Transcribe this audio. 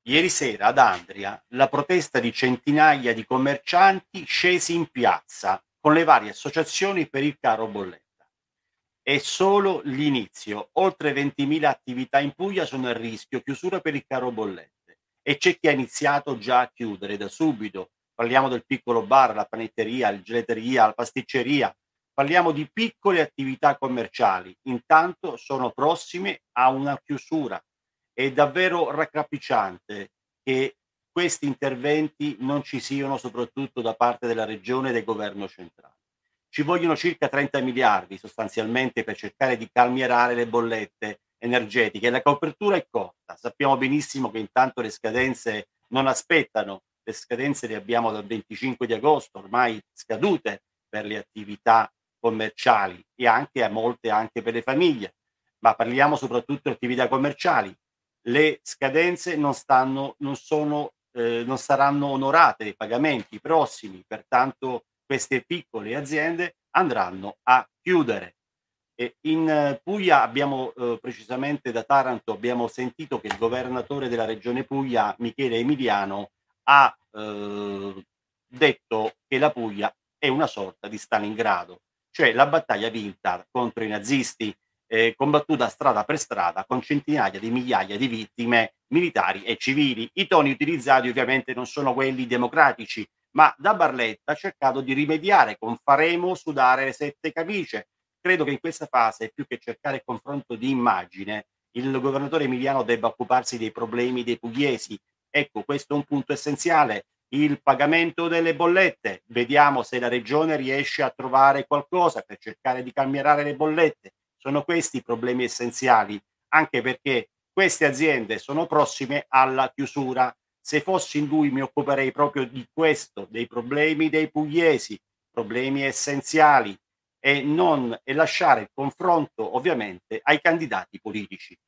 Ieri sera ad Andria la protesta di centinaia di commercianti scesi in piazza con le varie associazioni per il caro bolletta. È solo l'inizio. Oltre 20.000 attività in Puglia sono a rischio chiusura per il caro bollette e c'è chi ha iniziato già a chiudere da subito. Parliamo del piccolo bar, la panetteria, la gelateria, la pasticceria. Parliamo di piccole attività commerciali. Intanto sono prossime a una chiusura. È davvero raccapricciante che questi interventi non ci siano soprattutto da parte della regione e del governo centrale. Ci vogliono circa 30 miliardi sostanzialmente per cercare di calmierare le bollette energetiche. La copertura è corta. Sappiamo benissimo che intanto le scadenze non aspettano. Le scadenze le abbiamo dal 25 di agosto, ormai scadute per le attività commerciali e anche a molte anche per le famiglie. Ma parliamo soprattutto di attività commerciali. Le scadenze non saranno onorate, i pagamenti prossimi, pertanto queste piccole aziende andranno a chiudere. E in Puglia abbiamo, precisamente da Taranto, abbiamo sentito che il governatore della regione Puglia, Michele Emiliano, ha detto che la Puglia è una sorta di Stalingrado, cioè la battaglia vinta contro i nazisti, combattuta strada per strada con centinaia di migliaia di vittime militari e civili. I toni utilizzati ovviamente non sono quelli democratici, ma da Barletta ha cercato di rimediare con "faremo sudare le sette camicie". Credo che in questa fase, più che cercare confronto di immagine, il governatore emiliano debba occuparsi dei problemi dei pugliesi. Ecco, questo è un punto essenziale. Il pagamento delle bollette. Vediamo se la regione riesce a trovare qualcosa per cercare di calmierare le bollette. Sono questi i problemi essenziali, anche perché queste aziende sono prossime alla chiusura. Se fossi in lui mi occuperei proprio di questo, dei problemi dei pugliesi, problemi essenziali, e lasciare il confronto ovviamente ai candidati politici.